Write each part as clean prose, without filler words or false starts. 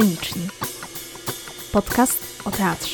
Sceniczni. Podcast o teatrze.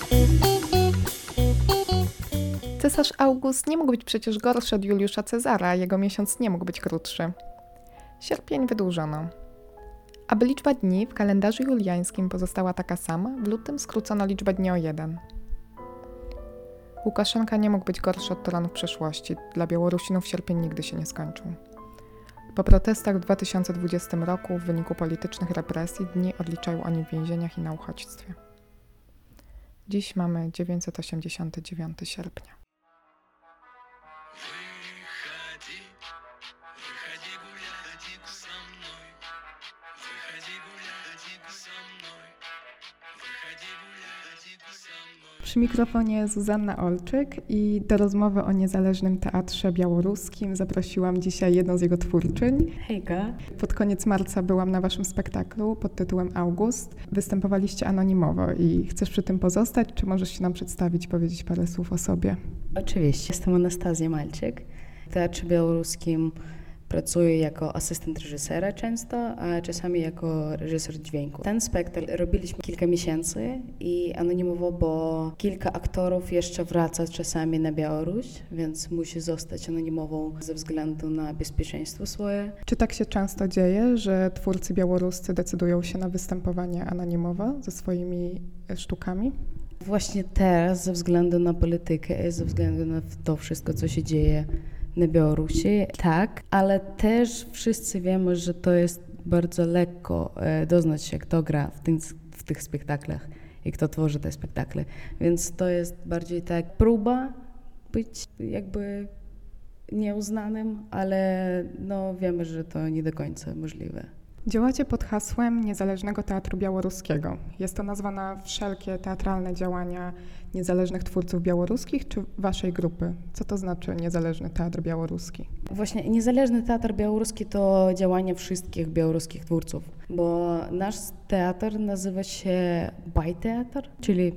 Cesarz August nie mógł być przecież gorszy od Juliusza Cezara, a jego miesiąc nie mógł być krótszy. Sierpień wydłużono. Aby liczba dni w kalendarzu juliańskim pozostała taka sama, w lutym skrócono liczbę dni o 1. Łukaszenka nie mógł być gorszy od tyranów przeszłości. Dla Białorusinów sierpień nigdy się nie skończył. Po protestach w 2020 roku w wyniku politycznych represji dni odliczają oni w więzieniach i na uchodźstwie. Dziś mamy 989 sierpnia. Przy mikrofonie Zuzanna Olczyk i do rozmowy o niezależnym teatrze białoruskim zaprosiłam dzisiaj jedną z jego twórczyń. Hejka. Pod koniec marca byłam na waszym spektaklu pod tytułem August. Występowaliście anonimowo i chcesz przy tym pozostać, czy możesz się nam przedstawić, powiedzieć parę słów o sobie? Oczywiście. Jestem Anastazja Malczyk. W Teatrze Białoruskim pracuję jako asystent reżysera często, a czasami jako reżyser dźwięku. Ten spektakl robiliśmy kilka miesięcy i anonimowo, bo kilka aktorów jeszcze wraca czasami na Białoruś, więc musi zostać anonimową ze względu na bezpieczeństwo swoje. Czy tak się często dzieje, że twórcy białoruscy decydują się na występowanie anonimowo ze swoimi sztukami? Właśnie teraz, ze względu na politykę, ze względu na to wszystko, co się dzieje na Białorusi, tak, ale też wszyscy wiemy, że to jest bardzo lekko doznać się, kto gra w tych spektaklach i kto tworzy te spektakle. Więc to jest bardziej tak próba być jakby nieuznanym, ale no wiemy, że to nie do końca możliwe. Działacie pod hasłem Niezależnego Teatru Białoruskiego. Jest to nazwa na wszelkie teatralne działania niezależnych twórców białoruskich czy waszej grupy? Co to znaczy Niezależny Teatr Białoruski? Właśnie Niezależny Teatr Białoruski to działanie wszystkich białoruskich twórców, bo nasz teatr nazywa się ByTeatr, czyli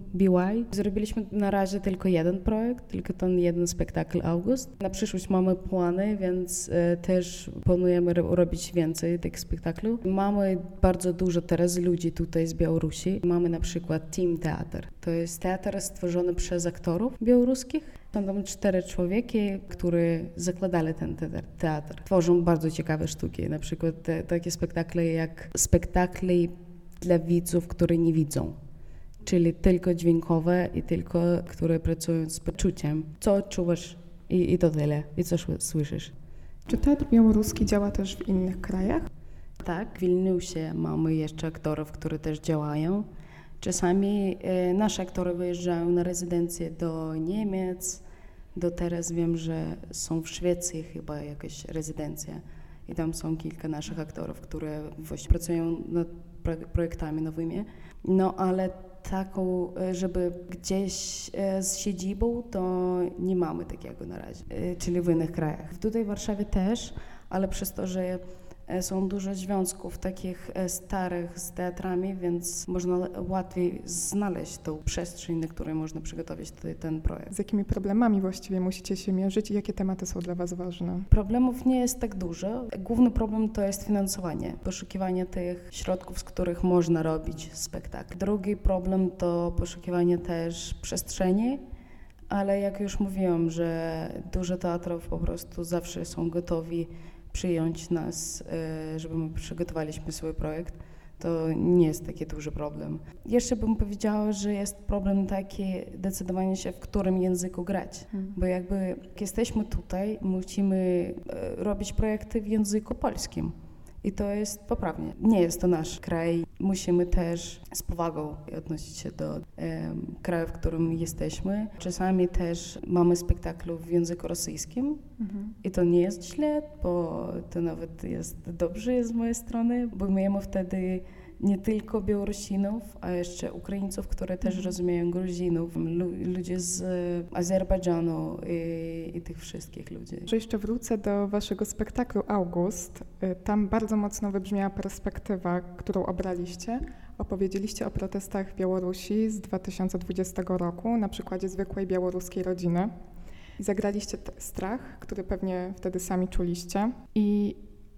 BY. Zrobiliśmy na razie tylko jeden projekt, tylko ten jeden spektakl August. Na przyszłość mamy plany, więc też planujemy robić więcej tych spektakli. Mamy bardzo dużo teraz ludzi tutaj z Białorusi. Mamy na przykład Team Teatr. To jest teatr stworzony przez aktorów białoruskich. Są tam 4 człowieki, które zakładali ten teatr. Tworzą bardzo ciekawe sztuki, na przykład takie spektakle jak spektakle dla widzów, którzy nie widzą. Czyli tylko dźwiękowe i tylko, które pracują z poczuciem. Co czuwasz i to tyle. I co słyszysz. Czy teatr białoruski działa też w innych krajach? Tak, w Wilniusie mamy jeszcze aktorów, którzy też działają. Czasami nasze aktory wyjeżdżają na rezydencję do Niemiec, teraz wiem, że są w Szwecji chyba jakaś rezydencja i tam są kilka naszych aktorów, które właśnie pracują nad projektami nowymi. No ale taką, żeby gdzieś z siedzibą, to nie mamy takiego na razie, czyli w innych krajach. Tutaj w Warszawie też, ale przez to, że są dużo związków takich starych z teatrami, więc można łatwiej znaleźć tą przestrzeń, na której można przygotować ten projekt. Z jakimi problemami właściwie musicie się mierzyć i jakie tematy są dla was ważne? Problemów nie jest tak dużo. Główny problem to jest finansowanie, poszukiwanie tych środków, z których można robić spektakl. Drugi problem to poszukiwanie też przestrzeni, ale jak już mówiłam, że dużo teatrów po prostu zawsze są gotowi przyjąć nas, żeby my przygotowaliśmy swój projekt, to nie jest taki duży problem. Jeszcze bym powiedziała, że jest problem taki decydowanie się, w którym języku grać, bo jakby jak jesteśmy tutaj, musimy robić projekty w języku polskim. I to jest poprawnie. Nie jest to nasz kraj. Musimy też z powagą odnosić się do kraju, w którym jesteśmy. Czasami też mamy spektakl w języku rosyjskim i to nie jest źle, bo to nawet jest dobrze z mojej strony, bo mamy wtedy nie tylko Białorusinów, a jeszcze Ukraińców, które też rozumieją Gruzinów, ludzie z Azerbejdżanu i tych wszystkich ludzi. Że jeszcze wrócę do waszego spektaklu August. Tam bardzo mocno wybrzmiała perspektywa, którą obraliście. Opowiedzieliście o protestach w Białorusi z 2020 roku na przykładzie zwykłej białoruskiej rodziny. I zagraliście strach, który pewnie wtedy sami czuliście. I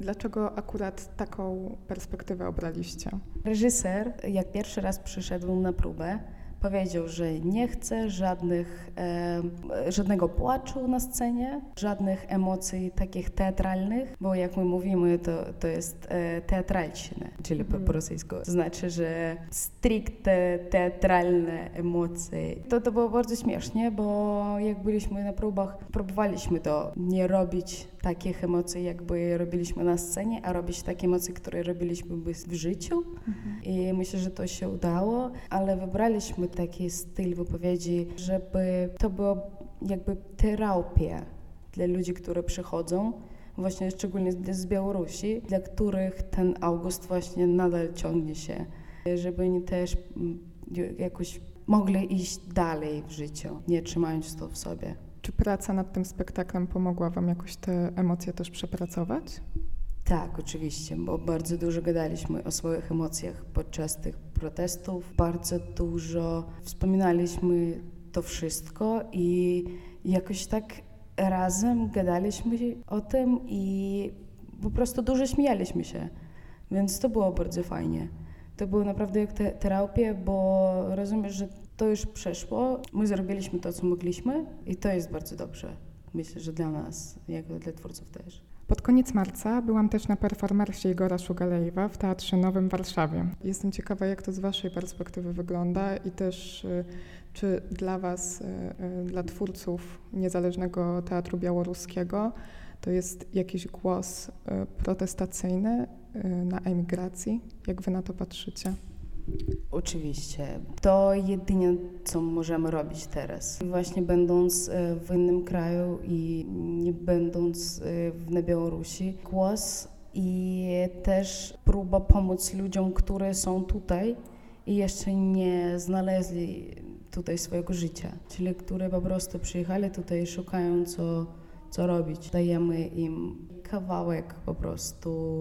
Dlaczego akurat taką perspektywę obraliście? Reżyser, jak pierwszy raz przyszedł na próbę, powiedział, że nie chce żadnego płaczu na scenie, żadnych emocji takich teatralnych, bo jak my mówimy, to jest teatralщина, czyli po rosyjsku. To znaczy, że stricte teatralne emocje. To było bardzo śmiesznie, bo jak byliśmy na próbach, próbowaliśmy to nie robić takich emocji, jakby robiliśmy na scenie, a robić takie emocje, które robiliśmy w życiu. I myślę, że to się udało, ale wybraliśmy taki styl wypowiedzi, żeby to było jakby terapia dla ludzi, którzy przychodzą, właśnie szczególnie z Białorusi, dla których ten august właśnie nadal ciągnie się, żeby oni też jakoś mogli iść dalej w życiu, nie trzymając to w sobie. Czy praca nad tym spektaklem pomogła wam jakoś te emocje też przepracować? Tak, oczywiście, bo bardzo dużo gadaliśmy o swoich emocjach podczas tych protestów. Bardzo dużo wspominaliśmy to wszystko i jakoś tak razem gadaliśmy o tym i po prostu dużo śmialiśmy się, więc to było bardzo fajnie. To było naprawdę jak terapia, bo rozumiesz, że to już przeszło. My zrobiliśmy to, co mogliśmy i to jest bardzo dobrze. Myślę, że dla nas, jak dla twórców też. Pod koniec marca byłam też na performersie Igora Szugalejewa w Teatrze Nowym w Warszawie. Jestem ciekawa, jak to z waszej perspektywy wygląda i też czy dla was, dla twórców Niezależnego Teatru Białoruskiego, to jest jakiś głos protestacyjny na emigracji? Jak wy na to patrzycie? Oczywiście. To jedynie, co możemy robić teraz. Właśnie będąc w innym kraju i nie będąc na Białorusi, głos i też próba pomóc ludziom, którzy są tutaj i jeszcze nie znaleźli tutaj swojego życia. Czyli którzy po prostu przyjechali tutaj i szukają, co robić. Dajemy im kawałek po prostu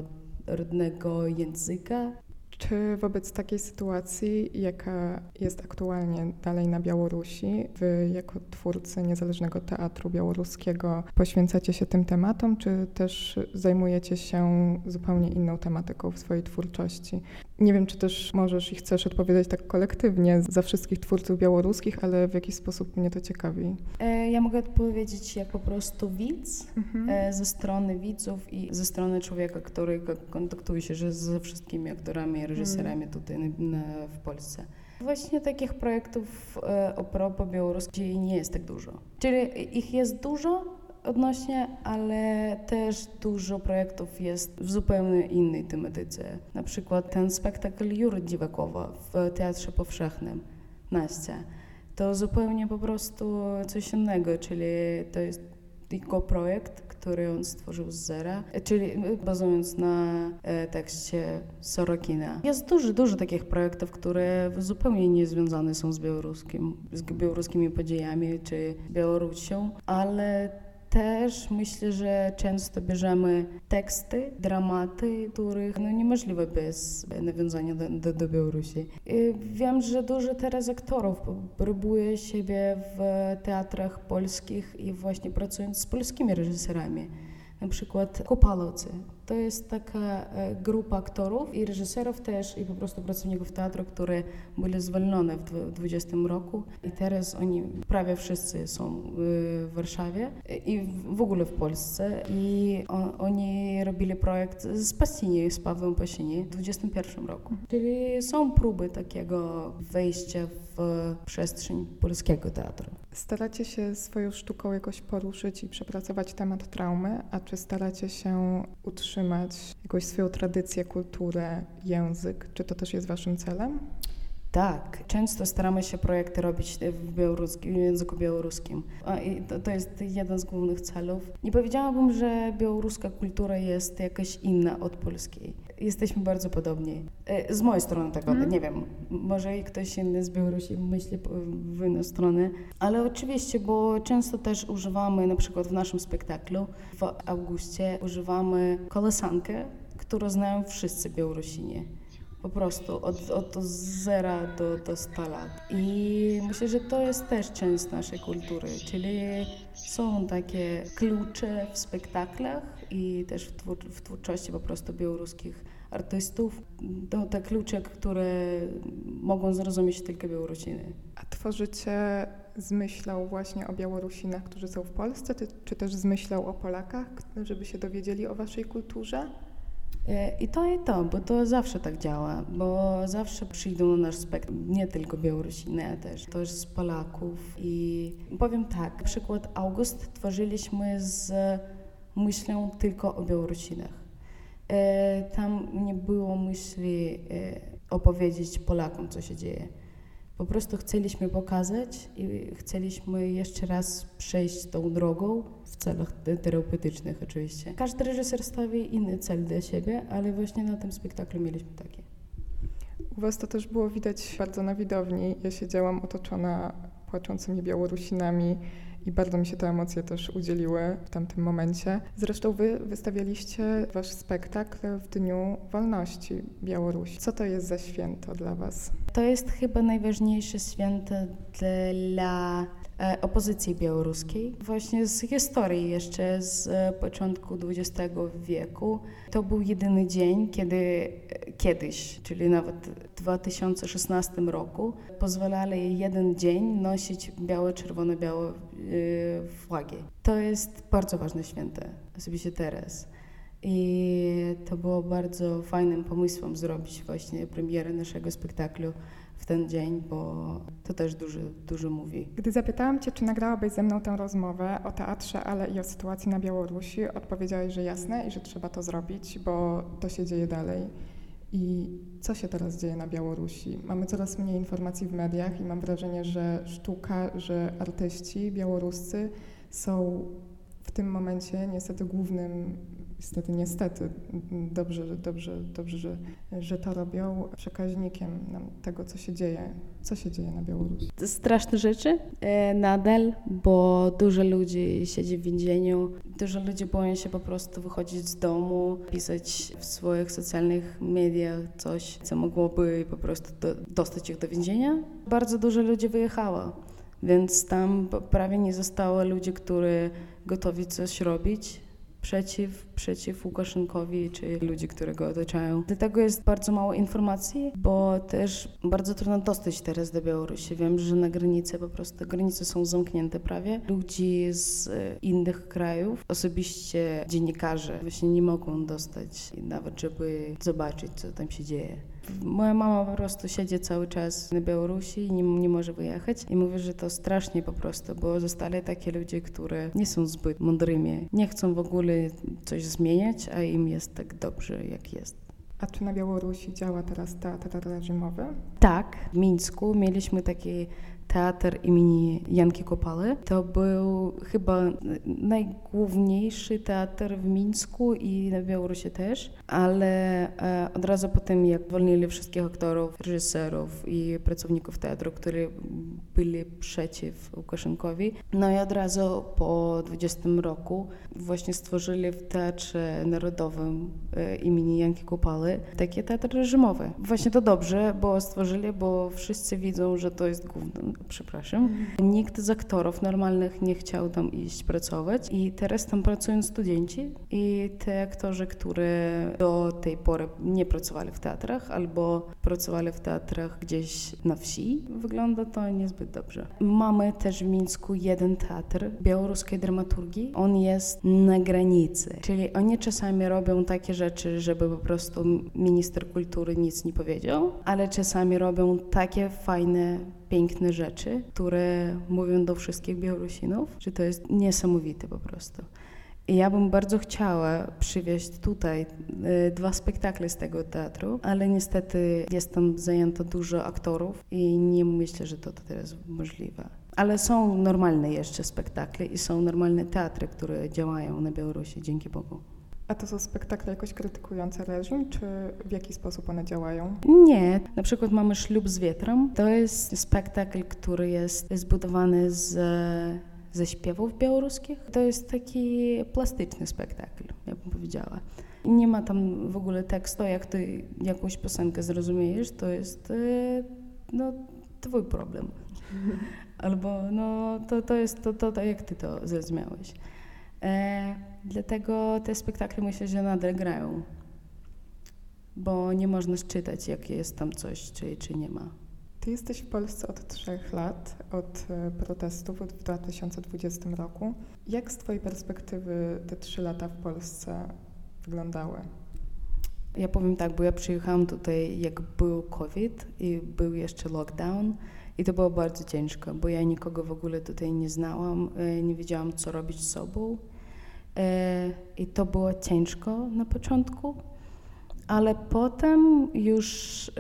rodnego języka. Czy wobec takiej sytuacji, jaka jest aktualnie dalej na Białorusi, wy jako twórcy Niezależnego Teatru Białoruskiego poświęcacie się tym tematom, czy też zajmujecie się zupełnie inną tematyką w swojej twórczości? Nie wiem, czy też możesz i chcesz odpowiedzieć tak kolektywnie za wszystkich twórców białoruskich, ale w jakiś sposób mnie to ciekawi. Ja mogę odpowiedzieć jak po prostu widz, ze strony widzów i ze strony człowieka, który kontaktuje się ze wszystkimi aktorami i reżyserami tutaj w Polsce. Właśnie takich projektów po białorusku nie jest tak dużo. Czyli ich jest dużo odnośnie, ale też dużo projektów jest w zupełnie innej tematyce. Na przykład ten spektakl Jury Dziwakowa w Teatrze Powszechnym, Nastia. To zupełnie po prostu coś innego, czyli to jest jego projekt, który on stworzył z zera, czyli bazując na tekście Sorokina. Jest dużo takich projektów, które zupełnie nie związane są z białoruskimi podziejami czy Białorusią, ale też myślę, że często bierzemy teksty, dramaty, których niemożliwe bez nawiązania do Białorusi. I wiem, że dużo teraz aktorów próbuje siebie w teatrach polskich i właśnie pracując z polskimi reżyserami. Na przykład Kopalowcy. To jest taka grupa aktorów i reżyserów też i po prostu pracowników teatru, które byli zwolnione w 2020 roku i teraz oni prawie wszyscy są w Warszawie i w ogóle w Polsce i oni robili projekt z Passini, z Pawłem Passini w 2021 roku. Czyli są próby takiego wejścia w przestrzeń polskiego teatru. Staracie się swoją sztuką jakoś poruszyć i przepracować temat traumy, a czy staracie się utrzymać jakąś swoją tradycję, kulturę, język? Czy to też jest waszym celem? Tak, często staramy się projekty robić w języku białoruskim. I to jest jeden z głównych celów. Nie powiedziałabym, że białoruska kultura jest jakaś inna od polskiej. Jesteśmy bardzo podobni. Z mojej strony tak, nie wiem, może i ktoś inny z Białorusi myśli w inną stronę, ale oczywiście, bo często też używamy, na przykład w naszym spektaklu w Augustie używamy kolesankę, którą znają wszyscy Białorusini. Po prostu od 0 do 100 lat. I myślę, że to jest też część naszej kultury, czyli są takie klucze w spektaklach i też w twórczości po prostu białoruskich artystów. To te klucze, które mogą zrozumieć tylko Białorusiny. A tworzycie z myślą właśnie o Białorusinach, którzy są w Polsce, czy też z myślą o Polakach, żeby się dowiedzieli o waszej kulturze? I to, bo to zawsze tak działa, bo zawsze przyjdą na nasz spektakl nie tylko Białorusiny, a też z Polaków. I powiem tak, na przykład August tworzyliśmy z myślą tylko o Białorusinach. Tam nie było myśli opowiedzieć Polakom, co się dzieje. Po prostu chcieliśmy pokazać i chcieliśmy jeszcze raz przejść tą drogą w celach terapeutycznych oczywiście. Każdy reżyser stawi inny cel dla siebie, ale właśnie na tym spektaklu mieliśmy takie. U was to też było widać bardzo na widowni. Ja siedziałam otoczona płaczącymi Białorusinami i bardzo mi się te emocje też udzieliły w tamtym momencie. Zresztą wy wystawialiście wasz spektakl w Dniu Wolności Białorusi. Co to jest za święto dla was? To jest chyba najważniejsze święto dla opozycji białoruskiej. Właśnie z historii jeszcze z początku XX wieku. To był jedyny dzień, kiedy kiedyś, czyli nawet w 2016 roku, pozwalali jeden dzień nosić białe, czerwono-białe flagi. To jest bardzo ważne święto, osobiście teraz. I to było bardzo fajnym pomysłem zrobić właśnie premierę naszego spektaklu w ten dzień, bo to też dużo mówi. Gdy zapytałam cię, czy nagrałabyś ze mną tę rozmowę o teatrze, ale i o sytuacji na Białorusi, odpowiedziałeś, że jasne i że trzeba to zrobić, bo to się dzieje dalej. I co się teraz dzieje na Białorusi? Mamy coraz mniej informacji w mediach i mam wrażenie, że sztuka, że artyści białoruscy są w tym momencie niestety głównym, niestety, dobrze, że to robią, przekaźnikiem nam tego, co się dzieje. Co się dzieje na Białorusi? Straszne rzeczy nadal, bo dużo ludzi siedzi w więzieniu, dużo ludzi boją się po prostu wychodzić z domu, pisać w swoich socjalnych mediach coś, co mogłoby po prostu dostać ich do więzienia. Bardzo dużo ludzi wyjechało, więc tam prawie nie zostało ludzi, którzy gotowi coś robić przeciw Łukaszenkowi czy ludzi, które go otaczają. Dlatego jest bardzo mało informacji, bo też bardzo trudno dostać teraz do Białorusi. Wiem, że na granicy po prostu granice są zamknięte prawie. Ludzi z innych krajów, osobiście dziennikarze właśnie nie mogą dostać nawet, żeby zobaczyć, co tam się dzieje. Moja mama po prostu siedzi cały czas na Białorusi i nie może wyjechać i mówi, że to strasznie po prostu, bo zostali takie ludzie, które nie są zbyt mądrymi, nie chcą w ogóle coś zmieniać, a im jest tak dobrze, jak jest. A czy na Białorusi działa teraz teatr reżimowy? Tak, w Mińsku mieliśmy taki teatr imieni Janki Kopały. To był chyba najgłówniejszy teatr w Mińsku i na Białorusi też, ale od razu po tym, jak zwolnili wszystkich aktorów, reżyserów i pracowników teatru, którzy byli przeciw Łukaszenkowi, no i od razu po 20 roku właśnie stworzyli w Teatrze Narodowym imieni Janki Kopały taki teatr reżimowy. Właśnie to dobrze, bo stworzyli, bo wszyscy widzą, że to jest gówno. Nikt z aktorów normalnych nie chciał tam iść pracować i teraz tam pracują studenci i te aktorzy, które do tej pory nie pracowali w teatrach albo pracowali w teatrach gdzieś na wsi, wygląda to niezbyt dobrze. Mamy też w Mińsku jeden teatr białoruskiej dramaturgii. On jest na granicy, czyli oni czasami robią takie rzeczy, żeby po prostu minister kultury nic nie powiedział, ale czasami robią takie fajne, piękne rzeczy, które mówią do wszystkich Białorusinów, że to jest niesamowite po prostu. I ja bym bardzo chciała przywieźć tutaj 2 spektakle z tego teatru, ale niestety jest tam zajęto dużo aktorów i nie myślę, że to teraz możliwe. Ale są normalne jeszcze spektakle i są normalne teatry, które działają na Białorusi, dzięki Bogu. A to są spektakle jakoś krytykujące reżim, czy w jaki sposób one działają? Nie. Na przykład mamy Ślub z Wietrem. To jest spektakl, który jest zbudowany ze śpiewów białoruskich. To jest taki plastyczny spektakl, ja bym powiedziała. Nie ma tam w ogóle tekstu, jak ty jakąś piosenkę zrozumiesz, to jest twój problem. Albo to jest to jak ty to zrozumiałeś. Dlatego te spektakle myślę, że nadal grają, bo nie można czytać, jak jest tam coś, czy nie ma. Ty jesteś w Polsce od 3 lat, od protestów w 2020 roku. Jak z twojej perspektywy te 3 lata w Polsce wyglądały? Ja powiem tak, bo ja przyjechałam tutaj, jak był COVID i był jeszcze lockdown i to było bardzo ciężko, bo ja nikogo w ogóle tutaj nie znałam, nie wiedziałam, co robić z sobą i to było ciężko na początku, ale potem już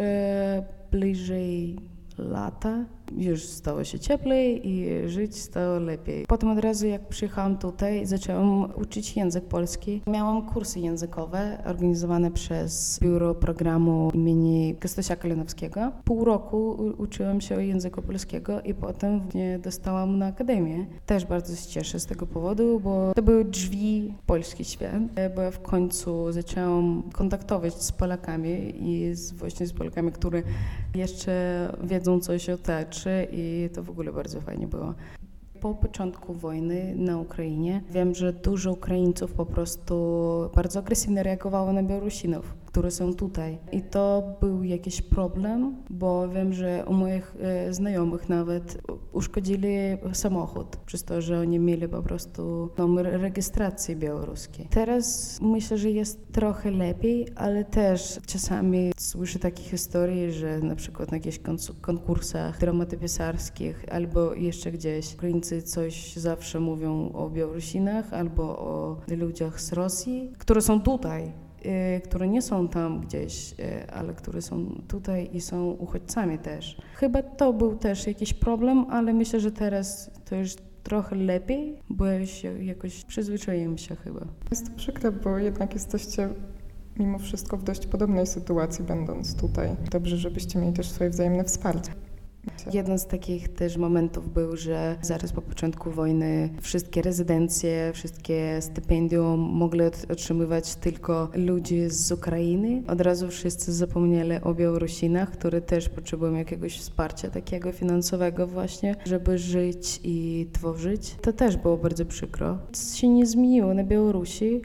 bliżej lata już stało się cieplej i żyć stało lepiej. Potem od razu jak przyjechałam tutaj, zaczęłam uczyć język polski. Miałam kursy językowe organizowane przez Biuro Programu imieni Kostosia Kalinowskiego. Pół roku uczyłam się języka polskiego i potem dostałam na akademię. Też bardzo się cieszę z tego powodu, bo to były drzwi w polski świat, bo ja w końcu zaczęłam kontaktować z Polakami i właśnie z Polakami, którzy jeszcze wiedzą coś o teatrze i to w ogóle bardzo fajnie było. Po początku wojny na Ukrainie wiem, że dużo Ukraińców po prostu bardzo agresywnie reagowało na Białorusinów, którzy są tutaj. I to był jakiś problem, bo wiem, że u moich znajomych nawet uszkodzili samochód przez to, że oni mieli po prostu numer rejestracji białoruskiej. Teraz myślę, że jest trochę lepiej, ale też czasami słyszę takie historie, że na przykład na jakichś konkursach dramatopisarskich albo jeszcze gdzieś Ukraińcy coś zawsze mówią o Białorusinach albo o ludziach z Rosji, które są tutaj, które nie są tam gdzieś, ale które są tutaj i są uchodźcami też. Chyba to był też jakiś problem, ale myślę, że teraz to już trochę lepiej, bo ja się jakoś przyzwyczaiłem się chyba. Jest to przykre, bo jednak jesteście mimo wszystko w dość podobnej sytuacji, będąc tutaj. Dobrze, żebyście mieli też swoje wzajemne wsparcie. Jeden z takich też momentów był, że zaraz po początku wojny wszystkie rezydencje, wszystkie stypendium mogli otrzymywać tylko ludzie z Ukrainy. Od razu wszyscy zapomnieli o Białorusinach, które też potrzebują jakiegoś wsparcia takiego finansowego właśnie, żeby żyć i tworzyć. To też było bardzo przykro. Nic się nie zmieniło na Białorusi,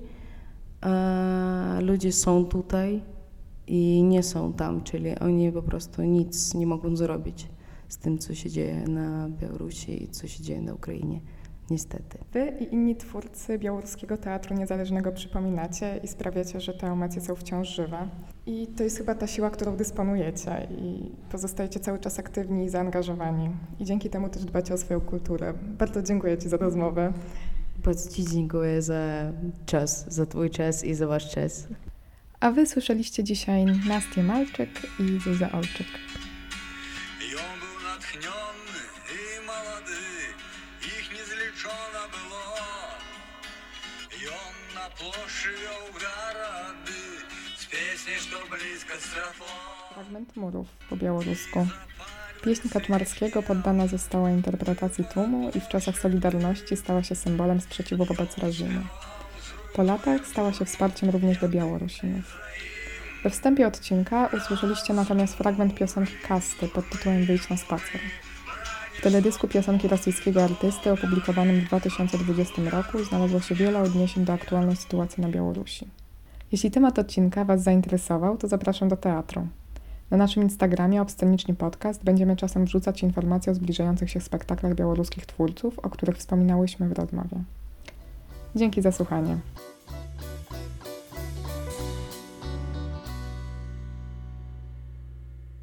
a ludzie są tutaj i nie są tam, czyli oni po prostu nic nie mogą zrobić z tym, co się dzieje na Białorusi i co się dzieje na Ukrainie, niestety. Wy i inni twórcy białoruskiego teatru niezależnego przypominacie i sprawiacie, że te emocje są wciąż żywe. I to jest chyba ta siła, którą dysponujecie i pozostajecie cały czas aktywni i zaangażowani. I dzięki temu też dbacie o swoją kulturę. Bardzo dziękuję Ci za rozmowę. Bardzo Ci dziękuję za czas, za Twój czas i za Wasz czas. A Wy słyszeliście dzisiaj Nastię Malczyk i Zuzę Olczyk. И молоды, их незлічона было. Ён на площі вёў гарады, з песні, што блізка святло. Fragment murów po białorusku. Pieśń Kaczmarskiego poddana została interpretacji tłumu i w czasach Solidarności stała się symbolem sprzeciwu wobec reżimu. Po latach stała się wsparciem również dla Białorusinów. We wstępie odcinka usłyszeliście natomiast fragment piosenki Kasty pod tytułem Wyjdź na spacer. W teledysku piosenki rosyjskiego artysty opublikowanym w 2020 roku znalazło się wiele odniesień do aktualnej sytuacji na Białorusi. Jeśli temat odcinka Was zainteresował, to zapraszam do teatru. Na naszym Instagramie Obsceniczny Podcast będziemy czasem wrzucać informacje o zbliżających się spektaklach białoruskich twórców, o których wspominałyśmy w rozmowie. Dzięki za słuchanie.